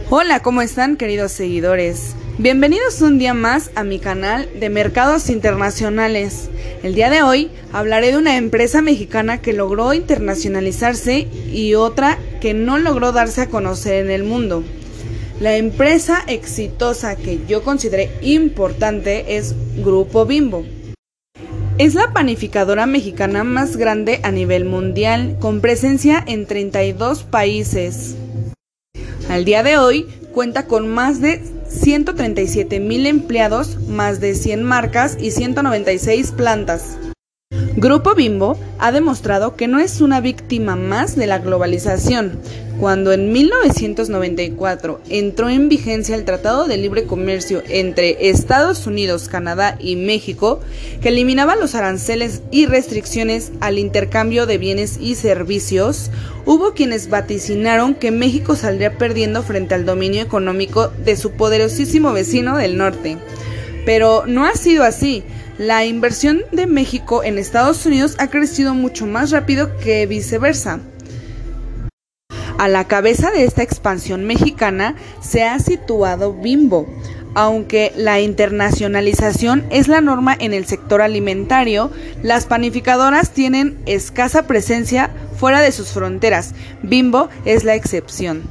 Hola, ¿cómo están, queridos seguidores? Bienvenidos un día más a mi canal de Mercados Internacionales. El día de hoy hablaré de una empresa mexicana que logró internacionalizarse y otra que no logró darse a conocer en el mundo. La empresa exitosa que yo consideré importante es Grupo Bimbo. Es la panificadora mexicana más grande a nivel mundial, con presencia en 32 países. Al día de hoy cuenta con más de 137,000 empleados, más de 100 marcas y 196 plantas. Grupo Bimbo ha demostrado que no es una víctima más de la globalización. Cuando en 1994 entró en vigencia el Tratado de Libre Comercio entre Estados Unidos, Canadá y México, que eliminaba los aranceles y restricciones al intercambio de bienes y servicios, hubo quienes vaticinaron que México saldría perdiendo frente al dominio económico de su poderosísimo vecino del norte. Pero no ha sido así. La inversión de México en Estados Unidos ha crecido mucho más rápido que viceversa. A la cabeza de esta expansión mexicana se ha situado Bimbo. Aunque la internacionalización es la norma en el sector alimentario, las panificadoras tienen escasa presencia fuera de sus fronteras. Bimbo es la excepción.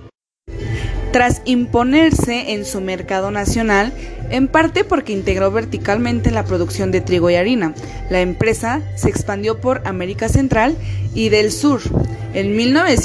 Tras imponerse en su mercado nacional, en parte porque integró verticalmente la producción de trigo y harina, la empresa se expandió por América Central y del Sur. En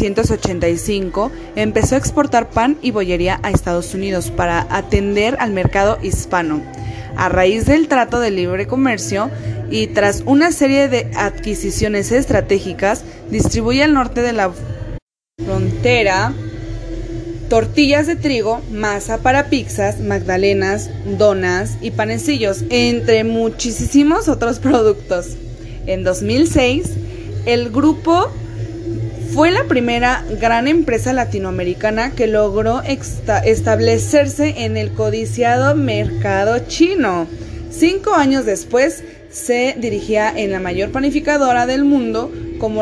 1985 empezó a exportar pan y bollería a Estados Unidos para atender al mercado hispano. A raíz del Trato de Libre Comercio y tras una serie de adquisiciones estratégicas, distribuye al norte de la frontera tortillas de trigo, masa para pizzas, magdalenas, donas y panecillos, entre muchísimos otros productos. En 2006, el grupo fue la primera gran empresa latinoamericana que logró establecerse en el codiciado mercado chino. 5 años después, se dirigía en la mayor panificadora del mundo con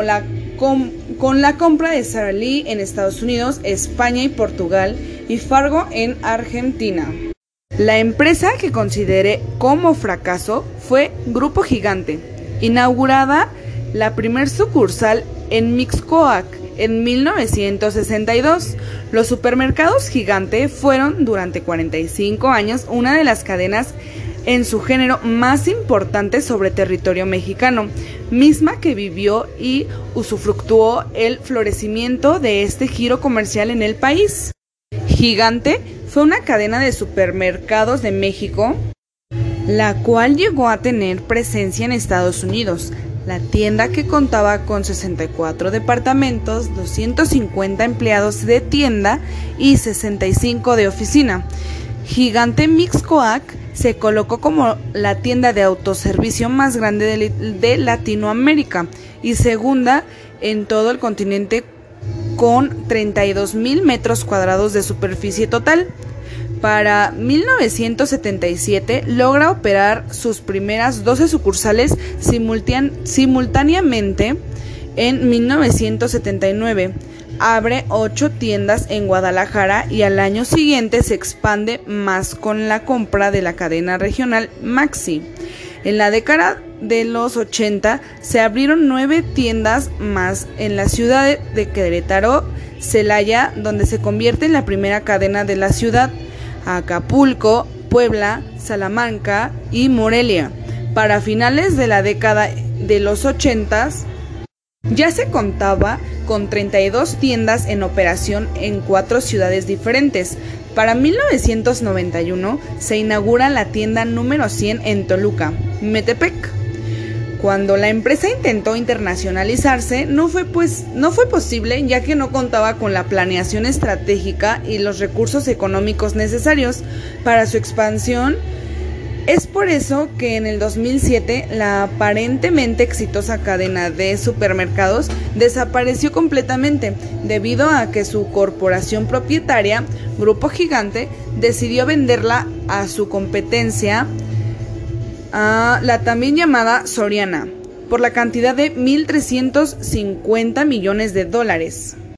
la compra de Sara Lee en Estados Unidos, España y Portugal y Fargo en Argentina. La empresa que consideré como fracaso fue Grupo Gigante, inaugurada la primer sucursal en Mixcoac en 1962. Los supermercados Gigante fueron durante 45 años una de las cadenas en su género más importante sobre territorio mexicano, misma que vivió y usufructuó el florecimiento de este giro comercial en el país. Gigante fue una cadena de supermercados de México, la cual llegó a tener presencia en Estados Unidos. La tienda, que contaba con 64 departamentos, 250 empleados de tienda y 65 de oficina. Gigante Mixcoac se colocó como la tienda de autoservicio más grande de Latinoamérica y segunda en todo el continente, con 32,000 metros cuadrados de superficie total. Para 1977 logra operar sus primeras 12 sucursales simultáneamente. En 1979 abre 8 tiendas en Guadalajara y al año siguiente se expande más con la compra de la cadena regional Maxi. En la década de los 80 se abrieron 9 tiendas más en la ciudad de Querétaro, Celaya, donde se convierte en la primera cadena de la ciudad, Acapulco, Puebla, Salamanca y Morelia. Para finales de la década de los 80 ya se contaba con 32 tiendas en operación en 4 ciudades diferentes. Para 1991 se inaugura la tienda número 100 en Toluca, Metepec. Cuando la empresa intentó internacionalizarse, no fue posible, ya que no contaba con la planeación estratégica y los recursos económicos necesarios para su expansión. Es por eso que en el 2007 la aparentemente exitosa cadena de supermercados desapareció completamente, debido a que su corporación propietaria, Grupo Gigante, decidió venderla a su competencia, a la también llamada Soriana, por la cantidad de $1,350 millones.